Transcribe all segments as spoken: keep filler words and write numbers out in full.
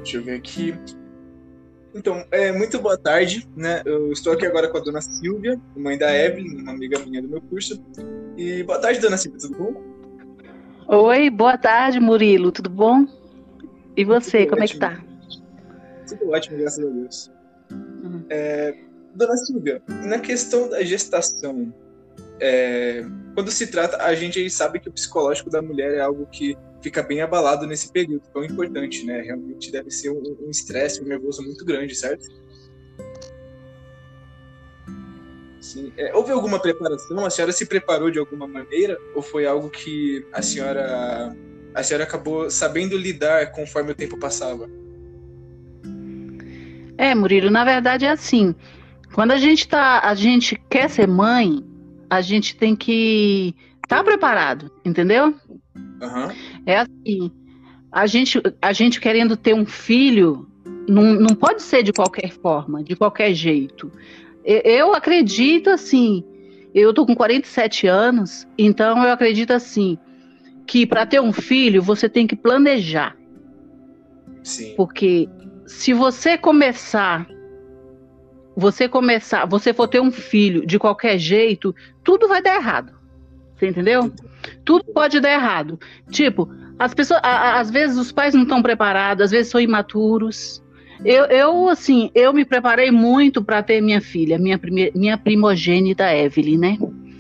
Deixa eu ver aqui. Então, é, muito boa tarde, né? Eu estou aqui agora com a dona Silvia, mãe da Evelyn, uma amiga minha do meu curso. E boa tarde, dona Silvia, tudo bom? Oi, boa tarde, Murilo, tudo bom? E você, Tudo como é que ótimo. tá? Tudo ótimo, graças a Deus. Uhum. É, dona Silvia, na questão da gestação, é, quando se trata, a gente aí sabe que o psicológico da mulher é algo que fica bem abalado nesse período tão importante, né? Realmente deve ser um estresse, um, um nervoso muito grande, certo? Sim. É, houve alguma preparação? A senhora se preparou de alguma maneira? Ou foi algo que a senhora, a senhora acabou sabendo lidar conforme o tempo passava? É, Murilo, na verdade é assim, quando a gente tá, a gente quer ser mãe, a gente tem que estar preparado, entendeu? Aham. É assim, a gente, a gente querendo ter um filho, não, não pode ser de qualquer forma, de qualquer jeito. E- Eu acredito assim, eu tô com quarenta e sete anos, então eu acredito assim, que para ter um filho você tem que planejar. Sim. Porque se você começar, você começar, você for ter um filho de qualquer jeito, tudo vai dar errado. Você entendeu? Tudo pode dar errado. Tipo, as pessoas, a- a- às vezes os pais não estão preparados, às vezes são imaturos. Eu, eu assim, eu me preparei muito para ter minha filha, minha, prime, minha primogênita Evelyn, né?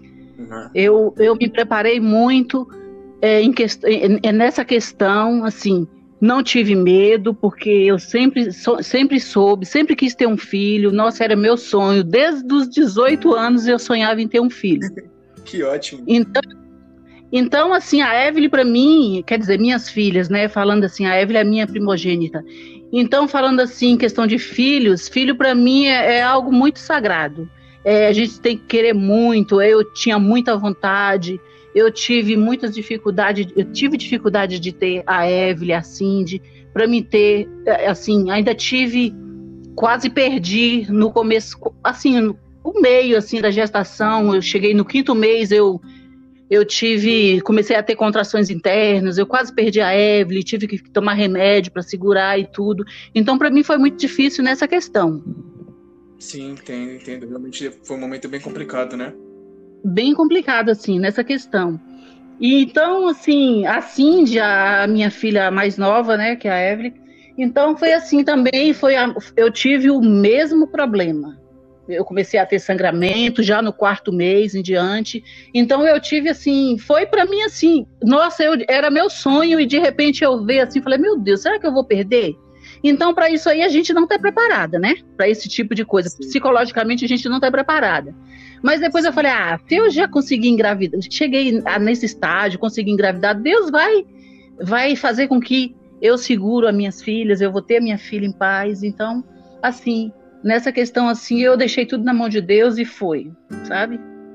Aham. Eu, eu me preparei muito é, em quest... é, nessa questão, assim, não tive medo, porque eu sempre, sou, sempre soube, sempre quis ter um filho. Nossa, era meu sonho. Desde os dezoito anos eu sonhava em ter um filho. Que ótimo. Então, então assim, a Evelyn para mim, quer dizer, minhas filhas, né? Falando assim, a Evelyn é minha primogênita. Então, falando assim, questão de filhos, filho para mim é, é algo muito sagrado. É, a gente tem que querer muito. Eu tinha muita vontade. Eu tive muitas dificuldades. Eu tive dificuldade de ter a Evelyn, a Cindy, para me ter, assim, ainda tive, quase perdi no começo, assim, no meio assim da gestação. Eu cheguei no quinto mês, eu eu tive, comecei a ter contrações internas, eu quase perdi a Evelyn, tive que tomar remédio para segurar e tudo. Então, para mim foi muito difícil nessa questão. Sim, entendo, entendo. Realmente foi um momento bem complicado, né? Bem complicado, assim, nessa questão. E então, assim, a Cindy, a minha filha mais nova, né, que é a Evelyn, então foi assim também, foi a, eu tive o mesmo problema. Eu comecei a ter sangramento já no quarto mês em diante. Então eu tive assim, foi para mim assim, nossa, eu, era meu sonho e de repente eu vi assim, falei, meu Deus, será que eu vou perder? Então para isso aí a gente não está preparada, né? Para esse tipo de coisa. Sim, Psicologicamente a gente não está preparada. Mas depois eu sim. falei, ah, se eu já consegui engravidar, cheguei nesse estágio, consegui engravidar, Deus vai, vai fazer com que eu seguro as minhas filhas, eu vou ter a minha filha em paz. Então, assim, nessa questão assim, eu deixei tudo na mão de Deus e foi, sabe?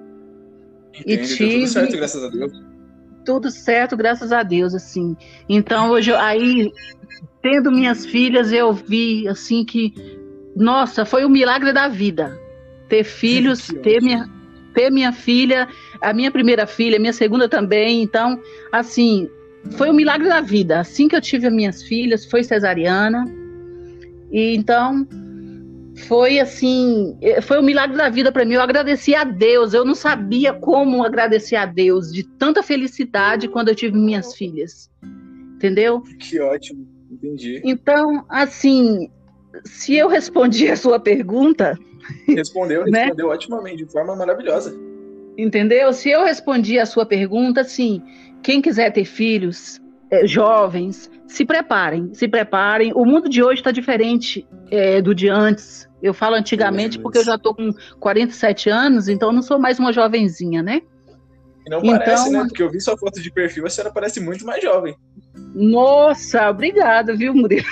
E Entendo, deu tudo certo, tive graças a Deus. tudo certo, graças a Deus, assim. Então, hoje, eu- aí, tendo minhas filhas, eu vi, assim, que, nossa, foi um milagre da vida. Ter filhos, Que ter ótimo. minha, ter minha filha, a minha primeira filha, a minha segunda também. Então, assim, foi um milagre da vida. Assim que eu tive as minhas filhas, foi cesariana. E então, foi assim, foi um milagre da vida para mim. Eu agradeci a Deus. Eu não sabia como agradecer a Deus de tanta felicidade quando eu tive minhas filhas, entendeu? Que ótimo. Entendi. Então, assim, se eu respondi a sua pergunta, Respondeu, né? respondeu otimamente, de forma maravilhosa. Entendeu? Se eu respondi a sua pergunta, assim, quem quiser ter filhos, é, jovens, se preparem, se preparem. O mundo de hoje está diferente é, do de antes. Eu falo antigamente Mesmo porque eu isso. já estou com quarenta e sete anos, então eu não sou mais uma jovenzinha, né? E não parece, Então, né? Porque eu vi sua foto de perfil, a senhora parece muito mais jovem. nossa, obrigada, viu, Murilo?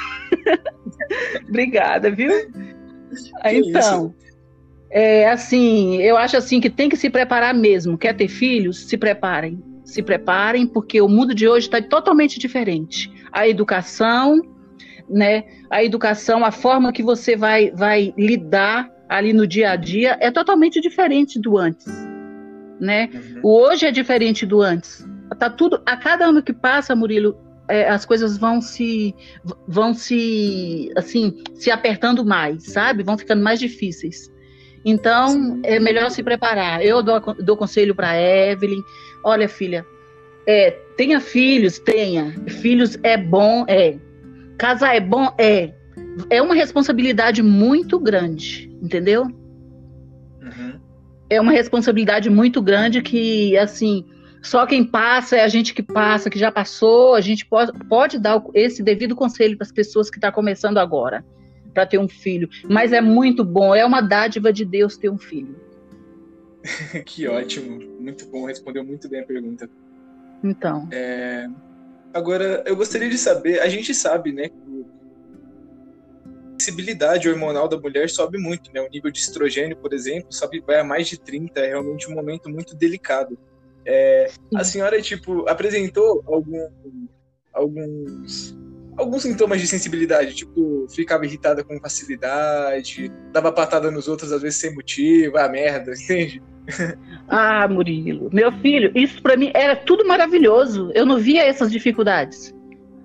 Obrigada, viu? Que isso? Então, é assim, eu acho assim que tem que se preparar mesmo. Quer ter filhos? Se preparem. Se preparem, porque o mundo de hoje está totalmente diferente. A educação, né? A educação, a forma que você vai, vai lidar ali no dia a dia é totalmente diferente do antes, né? Uhum. O hoje é diferente do antes. Tá tudo, a cada ano que passa, Murilo, é, as coisas vão se, vão se, assim, se apertando mais, sabe? Vão ficando mais difíceis. Então, sim, é melhor se preparar. Eu dou, dou conselho para a Evelyn. Olha, filha, é, tenha filhos, tenha. Filhos é bom, é. Casar é bom, é. É uma responsabilidade muito grande, entendeu? Uhum. É uma responsabilidade muito grande que, assim, só quem passa é a gente que passa, que já passou. A gente pode, pode dar esse devido conselho para as pessoas que estão começando agora, para ter um filho. Mas é muito bom, é uma dádiva de Deus ter um filho. Que ótimo, muito bom, respondeu muito bem a pergunta. Então. É... Agora, eu gostaria de saber, a gente sabe, né, que a sensibilidade hormonal da mulher sobe muito, né? O nível de estrogênio, por exemplo, sobe, vai a mais de trinta, é realmente um momento muito delicado. É, a senhora, tipo, apresentou algum, alguns, alguns sintomas de sensibilidade, tipo, ficava irritada com facilidade, dava patada nos outros, às vezes sem motivo, ah, merda, entende? Ah, Murilo, meu filho, isso pra mim era tudo maravilhoso, eu não via essas dificuldades.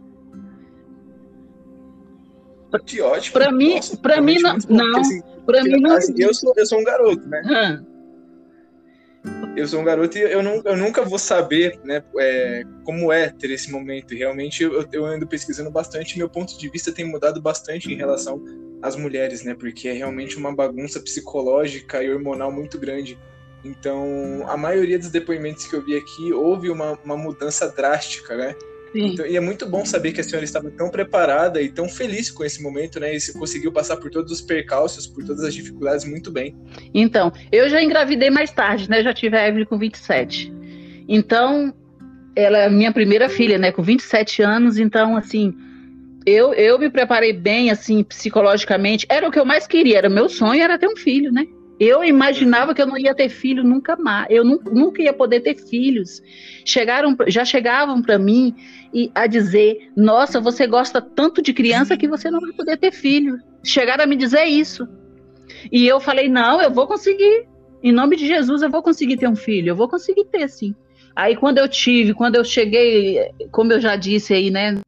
Que ótimo. Pra mim, Nossa, pra mim não, bom, não, assim, pra mim não. Assim, eu, sou, eu sou um garoto, né? Hum. Eu sou um garoto e eu, não, eu nunca vou saber, né, é, como é ter esse momento. E realmente eu, eu ando pesquisando bastante e meu ponto de vista tem mudado bastante em relação às mulheres, né? Porque é realmente uma bagunça psicológica e hormonal muito grande. Então, a maioria dos depoimentos que eu vi aqui, houve uma, uma mudança drástica, né? Então, e é muito bom saber que a senhora estava tão preparada e tão feliz com esse momento, né? E conseguiu passar por todos os percalços, por todas as dificuldades muito bem. Então, eu já engravidei mais tarde, né? Já tive a Evelyn com vinte e sete. Então, ela é minha primeira filha, né? Com vinte e sete anos. Então, assim, eu, eu me preparei bem, assim, psicologicamente. Era o que eu mais queria. Era meu sonho, era ter um filho, né? Eu imaginava que eu não ia ter filho nunca mais. Eu nunca, nunca ia poder ter filhos. Chegaram, já chegavam para mim e a dizer: nossa, você gosta tanto de criança que você não vai poder ter filho. Chegaram a me dizer isso. E eu falei: não, eu vou conseguir. Em nome de Jesus, eu vou conseguir ter um filho. Eu vou conseguir ter, sim. Aí, quando eu tive, quando eu cheguei, como eu já disse aí, né,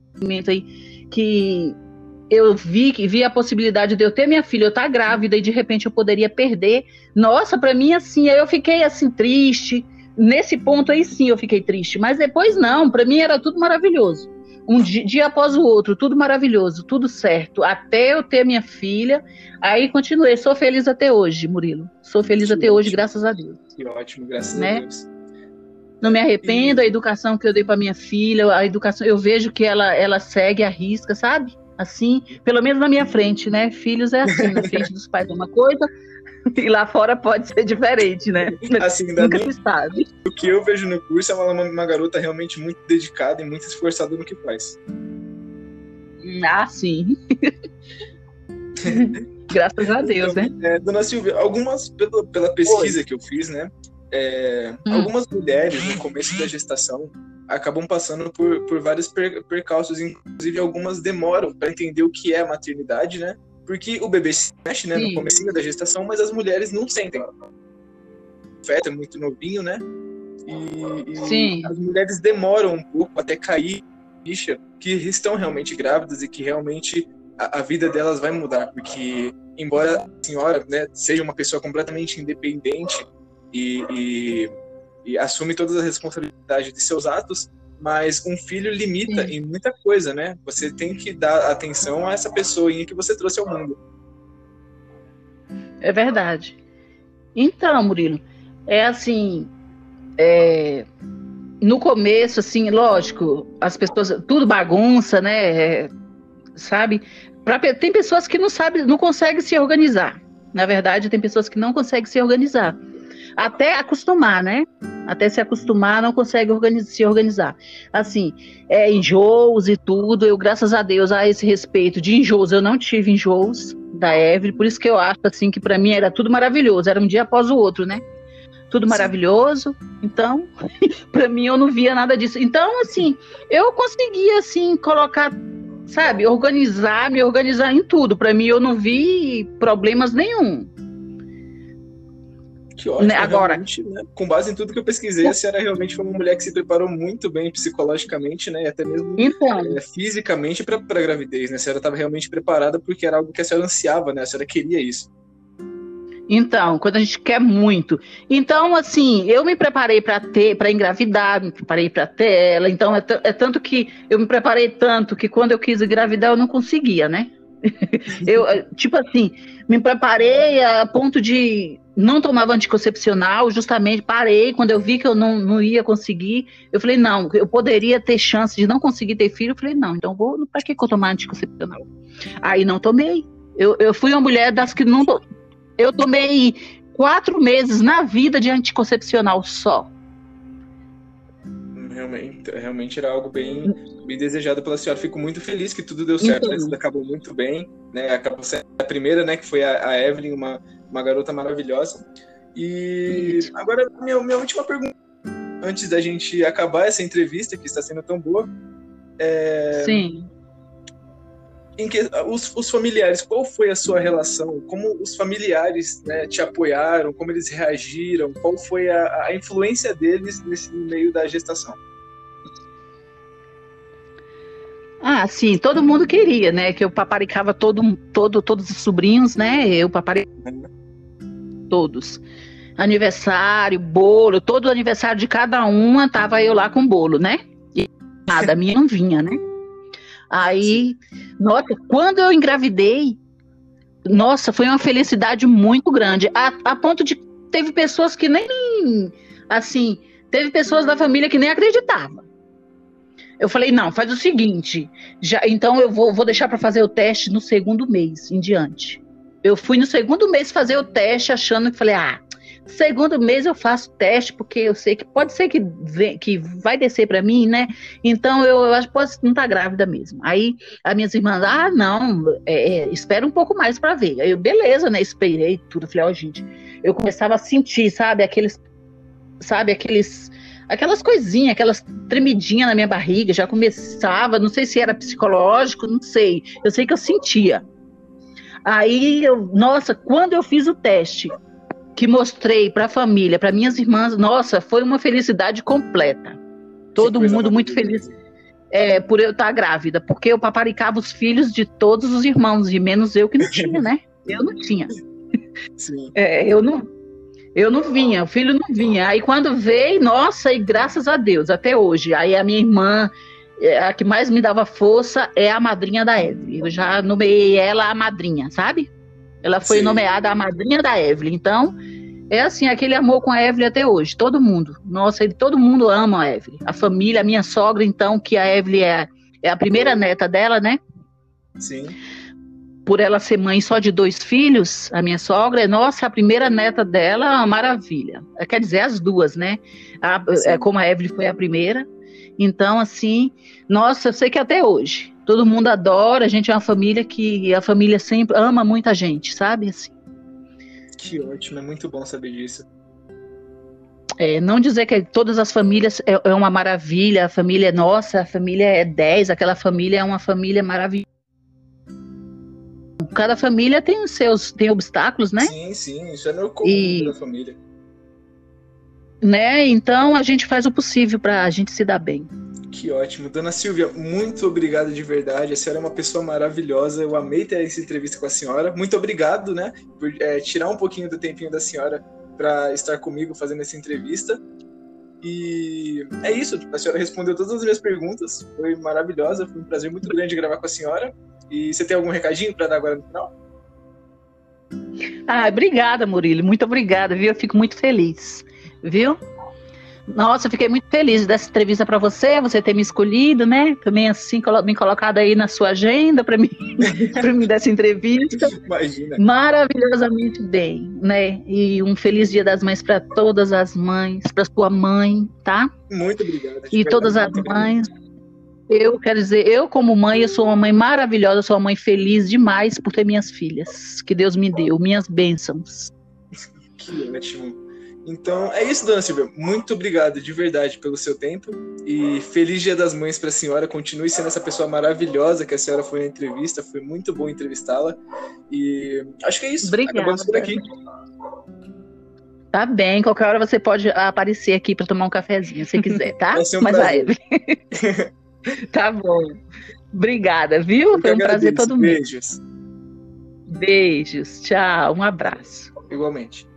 que eu vi, vi a possibilidade de eu ter minha filha, eu estar grávida e de repente eu poderia perder. Nossa, para mim, assim, eu fiquei assim triste. Nesse ponto aí sim eu fiquei triste, mas depois não, para mim era tudo maravilhoso. Um dia, dia após o outro, tudo maravilhoso, tudo certo, até eu ter minha filha. Aí continuei, sou feliz até hoje, Murilo. Sou feliz que até ótimo. Hoje, graças a Deus. Que ótimo, graças né? a Deus. Não me arrependo, e... a educação que eu dei para minha filha, a educação, eu vejo que ela, ela segue a risca, sabe? Assim, pelo menos na minha frente, né? Filhos é assim, na frente dos pais é uma coisa, e lá fora pode ser diferente, né? Assim, nunca se sabe. O que eu vejo no curso é uma, uma garota realmente muito dedicada e muito esforçada no que faz. Ah, sim. Graças a Deus, então, né? É, dona Silvia, algumas, pela, pela pesquisa Oi. que eu fiz, né? É, hum. Algumas mulheres, no começo da gestação, acabam passando por, por vários per, percalços, inclusive algumas demoram para entender o que é a maternidade, né? Porque o bebê se mexe, né, no comecinho da gestação, mas as mulheres não sentem. O feto é muito novinho, né? E, e Sim. as mulheres demoram um pouco até cair ficha que estão realmente grávidas e que realmente a, a vida delas vai mudar, porque embora a senhora, né, seja uma pessoa completamente independente e, e, e assume todas as responsabilidades de seus atos, mas um filho limita Sim. em muita coisa, né? Você tem que dar atenção a essa pessoinha que você trouxe ao mundo. É verdade. Então, Murilo, é assim, é, no começo, assim, lógico, as pessoas, tudo bagunça, né? É, sabe? Pra, tem pessoas que não sabem, não conseguem se organizar. Na verdade, tem pessoas que não conseguem se organizar. Até acostumar, né? Até se acostumar, não consegue organizar, se organizar. Assim, é, enjoos e tudo, eu, graças a Deus, a esse respeito de enjoos, eu não tive enjoos da Evelyn, por isso que eu acho, assim, que pra mim era tudo maravilhoso, era um dia após o outro, né? Tudo Sim. maravilhoso, então, pra mim eu não via nada disso. Então, assim, eu conseguia, assim, colocar, sabe, organizar, me organizar em tudo. Pra mim eu não vi problemas nenhum. Que ótimo, né? Agora, realmente, né? Com base em tudo que eu pesquisei, a senhora realmente foi uma mulher que se preparou muito bem psicologicamente, né? E até mesmo então, é, fisicamente para a gravidez, né? A senhora estava realmente preparada porque era algo que a senhora ansiava, né? A senhora queria isso. então, quando a gente quer muito. Então, assim, eu me preparei para ter, para engravidar, me preparei para ter ela. Então, é, é tanto que eu me preparei tanto que quando eu quis engravidar eu não conseguia, né? Eu, tipo assim, me preparei a ponto de não tomava anticoncepcional, justamente parei quando eu vi que eu não, não ia conseguir. Eu falei, não, eu poderia ter chance de não conseguir ter filho. Eu falei, não, então vou, para que, que eu tomar anticoncepcional? Aí não tomei. Eu, eu fui uma mulher das que não. Eu tomei quatro meses na vida de anticoncepcional só. Realmente, realmente era algo bem, bem desejado pela senhora. Fico muito feliz que tudo deu certo, Então, né? Tudo acabou muito bem, né? Acabou sendo a primeira, né? Que foi a, a Evelyn, uma, uma garota maravilhosa. E agora, minha, minha última pergunta, antes da gente acabar essa entrevista, que está sendo tão boa. É... Sim. Em que, os, os familiares, qual foi a sua relação? Como os familiares, né, te apoiaram? Como eles reagiram? Qual foi a, a influência deles nesse meio da gestação? Ah, sim, todo mundo queria, né? Que eu paparicava todo, todo, todos os sobrinhos, né? Eu paparicava todos. Aniversário, bolo, todo aniversário de cada uma, tava eu lá com bolo, né? E nada, a minha não vinha, né? Aí, nossa, quando eu engravidei, nossa, foi uma felicidade muito grande, a, a ponto de teve pessoas que nem, assim, teve pessoas da família que nem acreditavam. Eu falei, não, faz o seguinte, já, então eu vou, vou deixar para fazer o teste no segundo mês em diante. Eu fui no segundo mês fazer o teste, achando que falei, ah, segundo mês eu faço teste, porque eu sei que pode ser que, vem, que vai descer para mim, né? Então eu, eu acho que pode não estar grávida mesmo. Aí as minhas irmãs, ah, não, é, é, espera um pouco mais para ver. Aí eu, beleza, né? Esperei tudo. Falei, ó, oh, gente, eu começava a sentir, sabe, aqueles, sabe, aqueles, aquelas coisinhas, aquelas tremidinhas na minha barriga, já começava, não sei se era psicológico, não sei. Eu sei que eu sentia. Aí, eu, nossa, quando eu fiz o teste, que mostrei para a família, para minhas irmãs, nossa, foi uma felicidade completa. Todo mundo muito feliz é, por eu estar grávida, porque eu paparicava os filhos de todos os irmãos, e menos eu que não tinha, né? Eu não tinha. Sim. É, eu não, eu não vinha, o filho não vinha. Aí quando veio, nossa, e graças a Deus, até hoje. Aí a minha irmã, a que mais me dava força, é a madrinha da Evelyn. Eu já nomeei ela a madrinha, sabe? Ela foi Sim. nomeada a madrinha da Evelyn. Então, é assim, aquele amor com a Evelyn até hoje. Todo mundo. Nossa, todo mundo ama a Evelyn. A família, a minha sogra, então, que a Evelyn é, é a primeira neta dela, né? Sim. Por ela ser mãe só de dois filhos, a minha sogra, nossa, a primeira neta dela é uma maravilha. Quer dizer, as duas, né? A, é, como a Evelyn foi a primeira. Então, assim, nossa, eu sei que até hoje todo mundo adora, a gente é uma família que a família sempre ama muita gente, sabe? Assim. Que ótimo, é muito bom saber disso. É, não dizer que todas as famílias é, é uma maravilha, a família é nossa, a família é dez, aquela família é uma família maravilhosa. Cada família tem os seus tem obstáculos, né? Sim, sim, isso é meu comum e, da família. Né? Então a gente faz o possível para a gente se dar bem. Que ótimo. Dona Silvia, muito obrigado de verdade. A senhora é uma pessoa maravilhosa. Eu amei ter essa entrevista com a senhora. Muito obrigado, né, por é, tirar um pouquinho do tempinho da senhora para estar comigo fazendo essa entrevista. E é isso. A senhora respondeu todas as minhas perguntas. Foi maravilhosa. Foi um prazer muito grande gravar com a senhora. E você tem algum recadinho para dar agora no final? Ah, obrigada, Murilo. Muito obrigada, viu? Eu fico muito feliz, viu? Nossa, eu fiquei muito feliz dessa entrevista para você, você ter me escolhido, né? Também assim, me colocado aí na sua agenda para mim, para mim dessa entrevista. Imagina. Maravilhosamente bem, né? E um feliz Dia das Mães para todas as mães, para sua mãe, tá? Muito obrigada. E todas as mães. Eu quero dizer, eu como mãe, eu sou uma mãe maravilhosa, eu sou uma mãe feliz demais por ter minhas filhas, que Deus me deu, minhas bênçãos. Que ótimo. Então, é isso, dona Silvia. Muito obrigado, de verdade, pelo seu tempo. E feliz Dia das Mães para a senhora. Continue sendo essa pessoa maravilhosa que a senhora foi na entrevista. Foi muito bom entrevistá-la. E acho que é isso. Obrigada. Acabamos por aqui. Tá bem, qualquer hora você pode aparecer aqui para tomar um cafezinho, se quiser, tá? Vai ser um Mas prazer. a Evelyn. Tá bom. Obrigada, viu? Eu Foi um que prazer agradeço. todo mundo. Beijos. Beijos, tchau, um abraço. Igualmente.